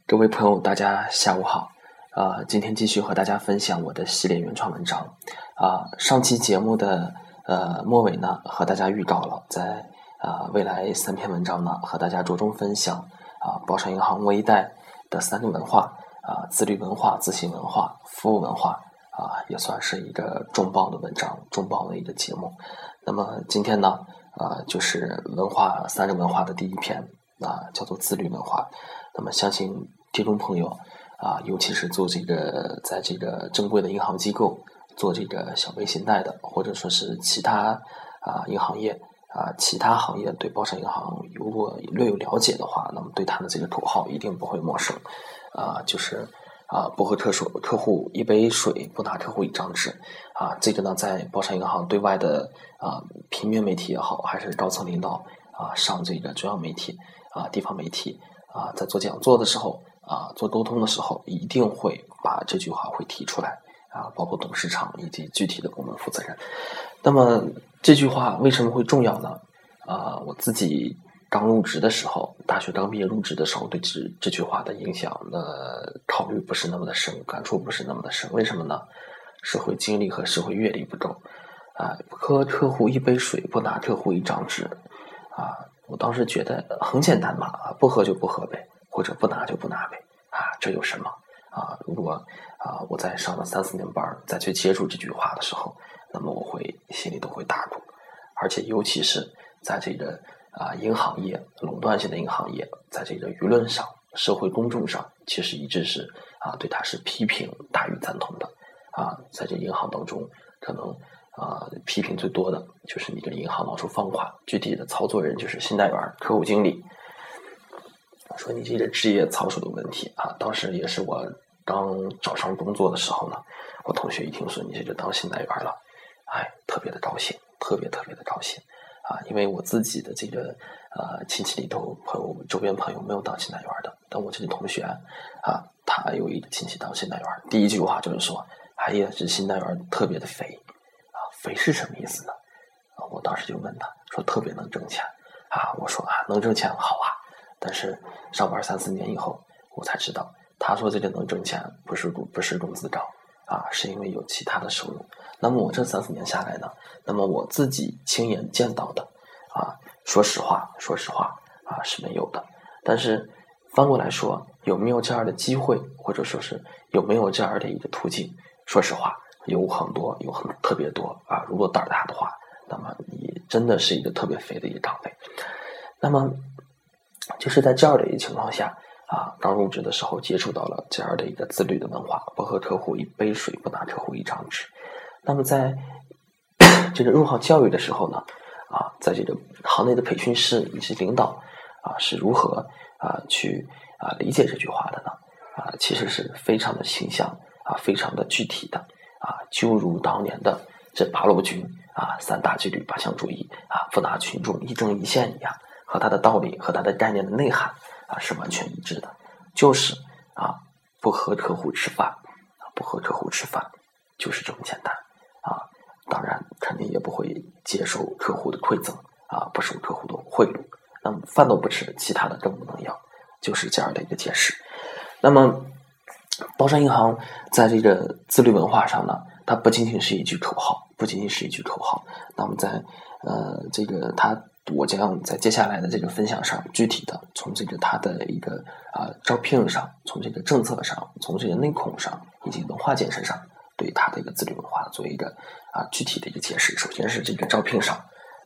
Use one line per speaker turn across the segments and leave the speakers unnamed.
各位朋友，大家下午好。今天继续和大家分享我的系列原创文章。上期节目的末尾呢，和大家预告了，在未来3篇文章呢，和大家着重分享包商银行微贷的3个文化自律文化、自信文化、服务文化也算是一个重磅的文章，重磅的一个节目。那么今天呢，就是3个文化的第一篇叫做自律文化。那么相信听众朋友尤其是做在这个正规的银行机构做这个小微信贷的，或者说是其他银行业其他行业对包商银行如果略有了解的话，那么对它的这个口号一定不会陌生就是不喝客户一杯水，不拿客户一张纸这个呢，在包商银行对外的平面媒体也好，还是高层领导上这个中央媒体地方媒体在做讲座的时候做沟通的时候，一定会把这句话会提出来包括董事长以及具体的部门负责人。那么这句话为什么会重要呢？我自己刚入职的时候，大学刚毕业入职的时候，对这句话的影响考虑不是那么的深，感触不是那么的深。为什么呢？社会经历和社会阅历不够不喝客户一杯水，不拿客户一张纸我当时觉得很简单嘛不喝就不喝呗，或者不拿就不拿呗这有什么如果我在上了3-4年班再去接触这句话的时候，那么我心里都会打鼓。而且尤其是在这个银行业，垄断性的银行业，在这个舆论上、社会公众上，其实一直是对它是批评大于赞同的在这银行当中，可能批评最多的就是你这个银行老出放款，具体的操作人就是信贷员、客户经理，说你这个职业操守的问题当时也是我刚找上工作的时候呢，我同学一听说你这就当信贷员了，特别的高兴，特别的高兴因为我自己的这个亲戚里头周边朋友没有当信贷员的，但我这个同学他有一个亲戚当信贷员，第一句话就是说这信贷员特别的肥肥是什么意思呢？我当时就问他说特别能挣钱我说能挣钱好但是上班3-4年以后我才知道，他说这个能挣钱不是工资高是因为有其他的收入。那么我这3-4年下来呢，那么我自己亲眼见到的说实话是没有的。但是翻过来说，有没有这样的机会，或者说是有没有这样的一个途径，说实话有特别多如果胆大的话，那么你真的是一个特别肥的一个岗位。那么就是在这样的一个情况下刚入职的时候接触到了这样的一个自律的文化，不喝客户一杯水，不拿客户一张纸。那么在这个入行教育的时候呢在这个行内的培训师以及领导是如何去理解这句话的呢？其实是非常的形象非常的具体的就如当年的这八路军3大纪律8项主义不拿群众一针一线一样，和它的道理和它的概念的内涵是完全一致的，就是不和客户吃饭不和客户吃饭就是这么简单当然肯定也不会接受客户的馈赠不收客户的贿赂，那么饭都不吃，其他的更不能要，就是这样的一个解释。那么包商银行在这个自律文化上呢，它不仅仅是一句口号，那么在我将在接下来的这个分享上，具体的从这个它的一个招聘上，从这个政策上，从这个内控上，以及文化建设上，对它的一个自律文化做一个具体的一个解释。首先是这个招聘上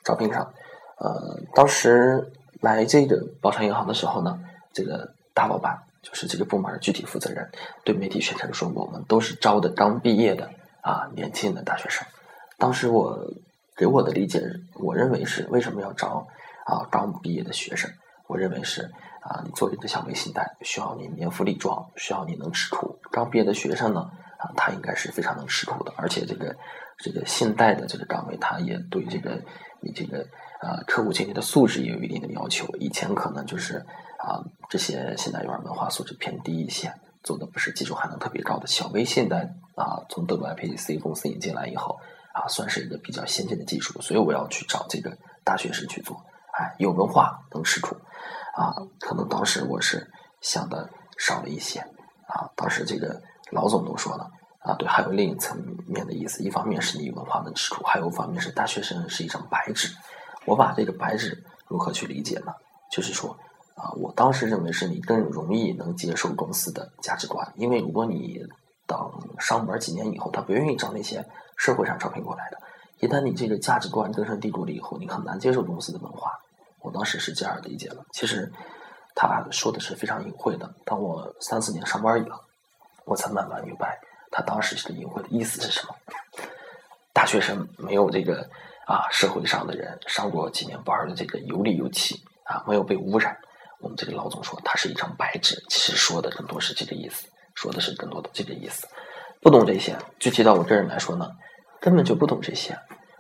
当时来这个包商银行的时候呢，这个大老板就是这个部门具体负责人对媒体宣称说，我们都是招的刚毕业的年轻的大学生。当时给我的理解，我认为是为什么要招刚毕业的学生？我认为是你做一个小微信贷需要你年富力壮，需要你能吃苦。刚毕业的学生呢他应该是非常能吃苦的，而且这个信贷的这个岗位，他也对你这个客户经理的素质也有一定的要求。以前可能就是这些信贷员文化素质偏低一些，做的不是技术含量特别高的小微信贷从德鲁 IPC 公司引进来以后算是一个比较先进的技术，所以我要去找这个大学生去做有文化能吃苦可能当时我是想的少了一些当时这个老总都说了对，还有另一层面的意思，一方面是你文化能吃苦，还有一方面是大学生是一张白纸。我把这个白纸如何去理解呢？就是说我当时认为是你更容易能接受公司的价值观，因为如果你等上班几年以后，他不愿意找那些社会上招聘过来的，一旦你这个价值观根深蒂固了以后，你很难接受公司的文化。我当时是这样理解了。其实他说的是非常隐晦的，当我3-4年上班以后，我才慢慢明白他当时这个隐晦的意思是什么。大学生没有这个社会上的人上过几年班的这个油里油气没有被污染。我们这个老总说他是一张白纸，其实说的更多是这个意思，不懂这些，具体到我个人来说呢，根本就不懂这些。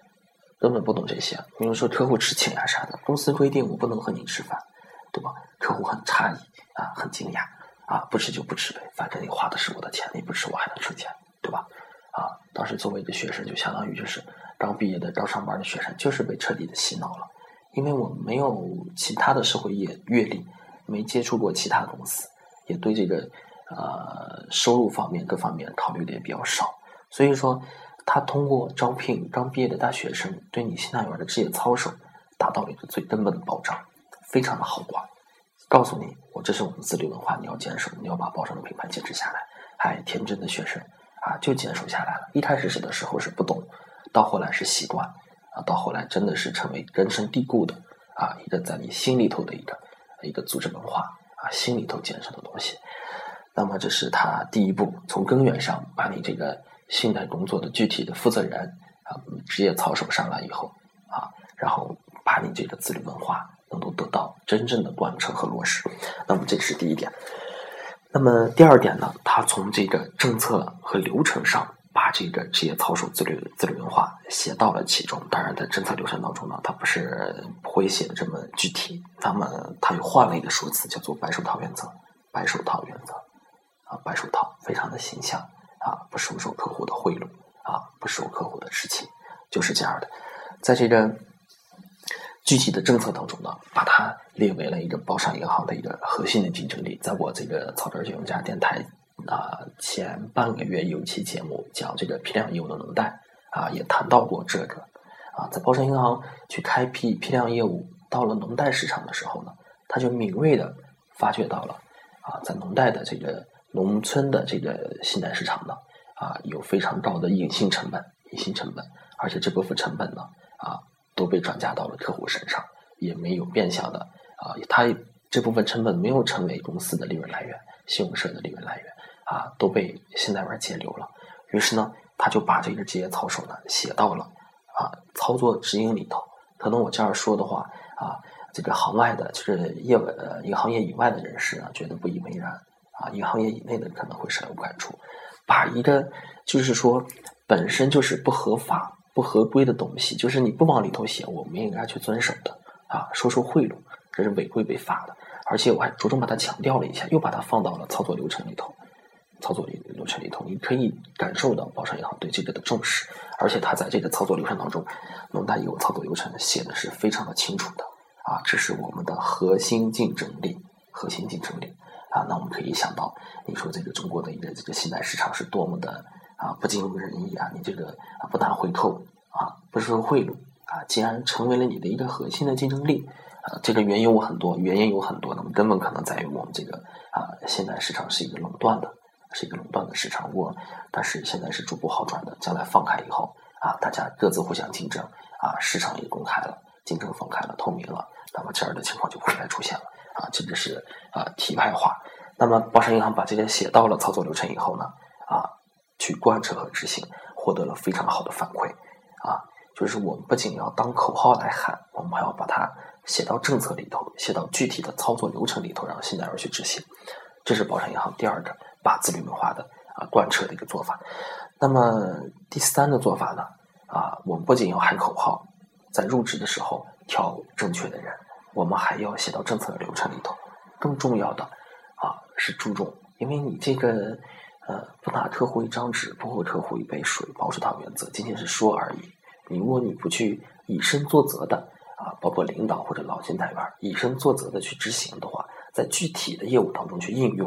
比如说客户吃请呀啥的，公司规定我不能和你吃饭，对吧？客户很诧异很惊讶不吃就不吃呗，反正你花的是我的钱，你不吃我还能挣钱，对吧？当时作为一个学生，就相当于就是刚毕业的刚上班的学生，就是被彻底的洗脑了。因为我没有其他的社会阅历，没接触过其他公司，也对这个收入方面各方面考虑的也比较少，所以说他通过招聘刚毕业的大学生，对你新能源的职业操守达到了一个最根本的保障，非常的豪华，告诉你这是我们自律文化，你要坚守，你要把报上的品牌坚持下来。还天真的学生就坚守下来了。一开始的时候是不懂，到后来是习惯到后来真的是成为根深蒂固的一个在你心里头的一个组织文化心里头建设的东西。那么这是他第一步，从根源上把你这个信贷工作的具体的负责人职业操守上来以后然后把你这个自律文化能够得到真正的贯彻和落实。那么这是第一点。那么第二点呢，他从这个政策和流程上把这个职业操守自律文化写到了其中。当然在政策流程当中呢，他不会写的这么具体，那么他又换了一个说辞，叫做白手套原则。白手套非常的形象不收客户的贿赂不收客户的吃情，就是这样的。在这个具体的政策当中呢，把它列为了一个包商银行的一个核心的竞争力。在我这个草根金融家电台前半个月有期节目讲这个批量业务的能贷也谈到过这个在包商银行去开辟批量业务到了农贷市场的时候呢，他就敏锐的发觉到了在农贷的这个农村的这个信贷市场呢有非常高的隐性成本，而且这部分成本呢都被转嫁到了客户身上，也没有变相的他这部分成本没有成为公司的利润来源，信用社的利润来源都被信贷员截留了。于是呢，他就把这个职业操守呢写到了操作指引里头。可能我这样说的话这个行外的就是银行业以外的人士呢觉得不以为然银行业以内的可能会深有感触。把一个就是说本身就是不合法不合规的东西，就是你不往里头写，我们应该去遵守的收贿赂，这是违规被罚的。而且我还着重把它强调了一下，又把它放到了操作流程里头，你可以感受到包商银行对这个的重视。而且他在这个操作流程当中，农贷业务操作流程写的是非常的清楚的这是我们的核心竞争力那我们可以想到，你说这个中国的一个这个信贷市场是多么的不尽人意你这个不拿回扣不收贿赂既然成为了你的一个核心的竞争力这个原因有很多，那么根本可能在于我们这个信贷市场是一个垄断的市场，但是现在是逐步好转的，将来放开以后大家各自互相竞争市场也公开了，竞争放开了，透明了，那么这样的情况就不会再出现了这个是题外话。那么包商银行把这个写到了操作流程以后呢去贯彻和执行，获得了非常好的反馈就是我们不仅要当口号来喊，我们还要把它写到政策里头，写到具体的操作流程里头，让信贷员去执行。这是包商银行第二个把自律文化的贯彻的一个做法。那么第三个做法呢我们不仅要喊口号，在入职的时候挑正确的人，我们还要写到政策流程里头。更重要的是注重，因为你这个不拿客户一张纸，不喝客户一杯水，保守套原则仅仅是说而已。如果你不去以身作则的包括领导或者老信贷员以身作则的去执行的话，在具体的业务当中去应用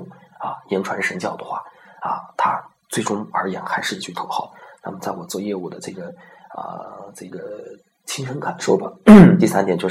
言传身教的话它最终而言还是一句口号。那么在我做业务的这个亲身感受吧。第三点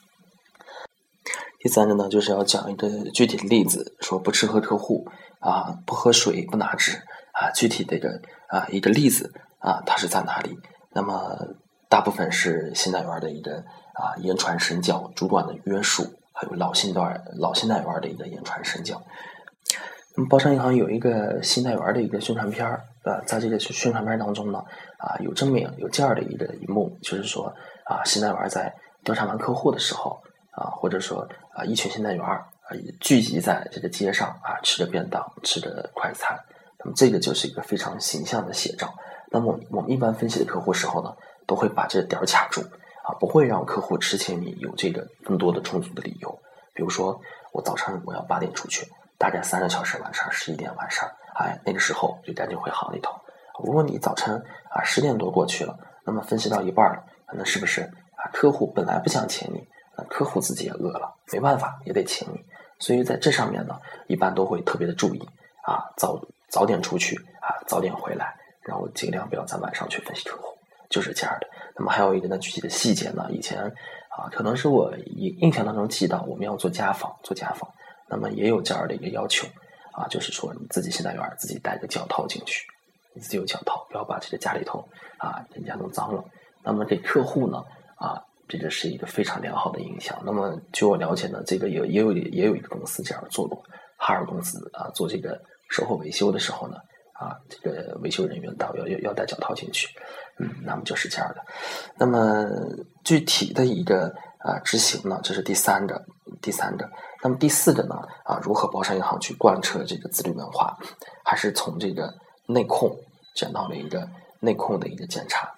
呢，就是要讲一个具体的例子，说不吃喝客户不喝水不拿纸具体的一个例子它是在哪里？那么大部分是信贷员的一个言传身教，主管的约束，还有老信贷员的一个言传身教。那么包商银行有一个信贷员的一个宣传片在这个宣传片当中呢有这样的一幕，就是说信贷员在调查完客户的时候或者说一群信贷员聚集在这个街上吃着便当，吃着快餐。那么这个就是一个非常形象的写照。那么我们一般分析的客户时候呢，都会把这个点卡住不会让客户之前你有这个更多的充足的理由。比如说我早晨我要8点出去，大概3个小时完事儿，11点完事儿，那个时候就赶紧回行里头。如果你早晨10点多过去了，那么分析到一半了，那是不是客户本来不想请你，客户自己也饿了，没办法也得请你。所以在这上面呢，一般都会特别的注意早点出去早点回来，然后尽量不要在晚上去分析客户，就是这样的。那么还有一个呢，具体的细节呢，以前可能是我印象当中记到我们要做家访，那么也有这样的一个要求就是说你自己信贷员自己带个脚套进去，你自己有脚套，不要把这个家里头人家弄脏了。那么给客户呢这个是一个非常良好的影响。那么据我了解呢，这个也有一个公司这样做过，哈尔公司做这个售后维修的时候呢这个维修人员要带脚套进去。那么就是这样的。那么具体的一个执行呢，这是第三个。那么第四个呢如何包商银行去贯彻这个自律文化，还是从这个内控讲到了一个内控的一个检查。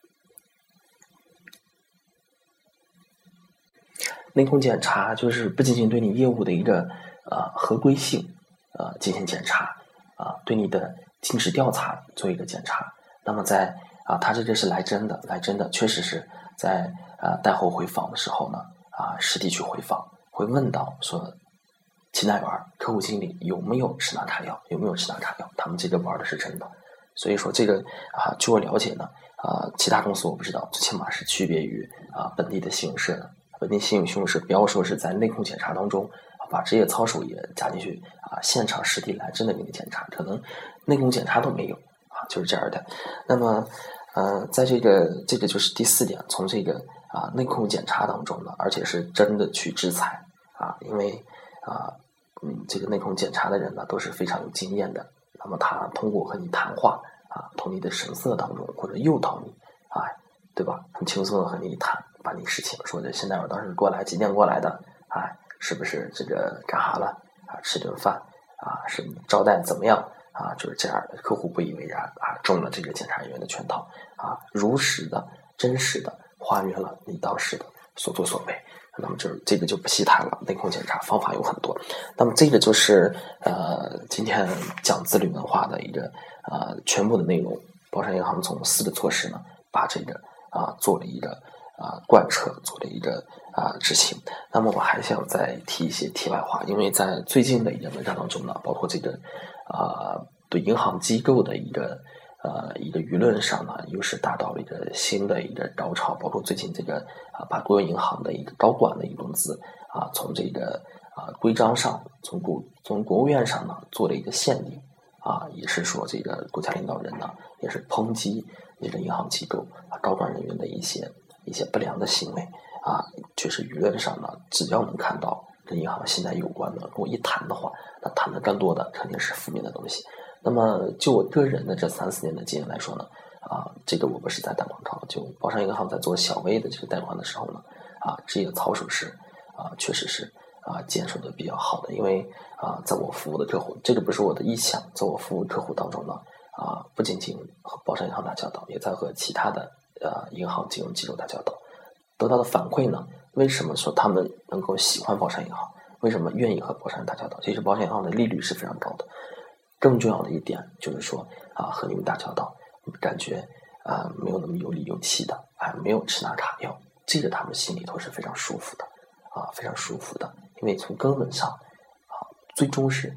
内控检查就是不仅仅对你业务的一个合规性进行检查对你的尽职调查做一个检查。那么在他这个是来真的，确实是在贷后回访的时候呢实地去回访，会问到说信贷员客户经理有没有吃拿卡药，他们这个玩的是真的。所以说这个据我了解呢其他公司我不知道，最起码是区别于本地的信用社的。本地信用社不要说是在内控检查当中把职业操守也加进去现场实地来真的给你检查，可能内控检查都没有就是这样的。那么在这个就是第四点，从这个内控检查当中呢，而且是真的去制裁因为这个内控检查的人呢都是非常有经验的。那么他通过和你谈话从你的神色当中或者诱导你对吧，很轻松的和你一谈，把你事情说这信贷员当时过来几点过来的是不是这个干哈了吃顿饭是招待怎么样就是这样的。客户不以为然中了这个检查人员的圈套如实的真实的还原了你当时的所作所为。那么这个就不细谈了，内控检查方法有很多。那么这个就是今天讲自律文化的一个全部的内容。包商银行从4个措施呢把这个做了一个贯彻，做了一个执行。那么我还想再提一些题外话，因为在最近的一个文章当中呢，包括这个对银行机构的一个舆论上呢，又是达到了一个新的一个高潮。包括最近这个把国有银行的一个高管的一个工资从这个规章上，从国务院上呢做了一个限定也是说这个国家领导人呢也是抨击这个银行机构高管人员的一些不良的行为确实舆论上呢，只要能看到跟银行信贷有关的，跟我一谈的话，那谈的更多的肯定是负面的东西。那么就我个人的这3-4年的经验来说呢这个我不是在打广告，就包商银行在做小微的这个贷款的时候呢职业操守是确实是坚守的比较好的。因为在我服务的客户，这个不是我的意向，在我服务客户当中呢不仅仅和包商银行打交道，也在和其他的银行金融机构打交道，得到的反馈呢，为什么说他们能够喜欢包商银行，为什么愿意和包商银行打交道，其实包商银行的利率是非常高的。更重要的一点就是说和你们打交道感觉没有那么有理有气的没有吃拿卡药，这个他们心里头是非常舒服的非常舒服的。因为从根本上最终是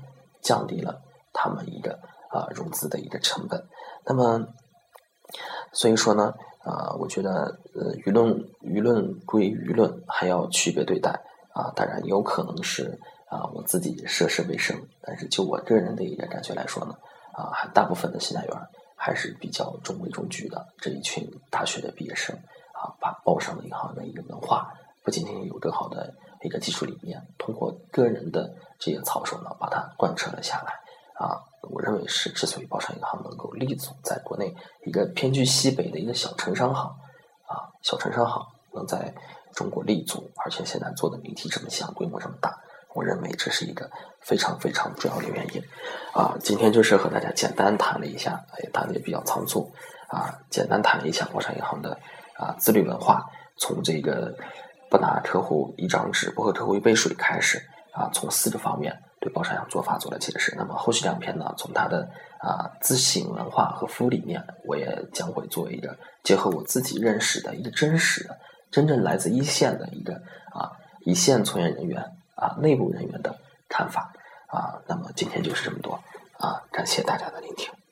降低了他们一个融资的一个成本。那么所以说呢我觉得舆论归舆论，还要区别对待当然有可能是我自己涉世未深，但是就我个人的一个感觉来说呢大部分的信贷员还是比较中规中矩的这一群大学的毕业生把包商的银行的一个文化不仅仅有更好的一个技术理念，通过个人的这些操守呢把它贯彻了下来我认为是之所以包商银行能够立足在国内一个偏居西北的一个小城商行小城商行能在中国立足，而且现在做的名气这么响，规模这么大，我认为这是一个非常非常重要的原因今天就是和大家简单谈了一下，谈的也比较仓促简单谈了一下包商银行的自律文化，从这个不拿客户一张纸，不喝客户一杯水开始从4个方面对包商银行做法做了解释。那么后续2篇呢，从它的自省文化和服务理念，我也将会作为一个结合我自己认识的一个真实的真正来自一线的一个一线从业人员内部人员的看法那么今天就是这么多感谢大家的聆听。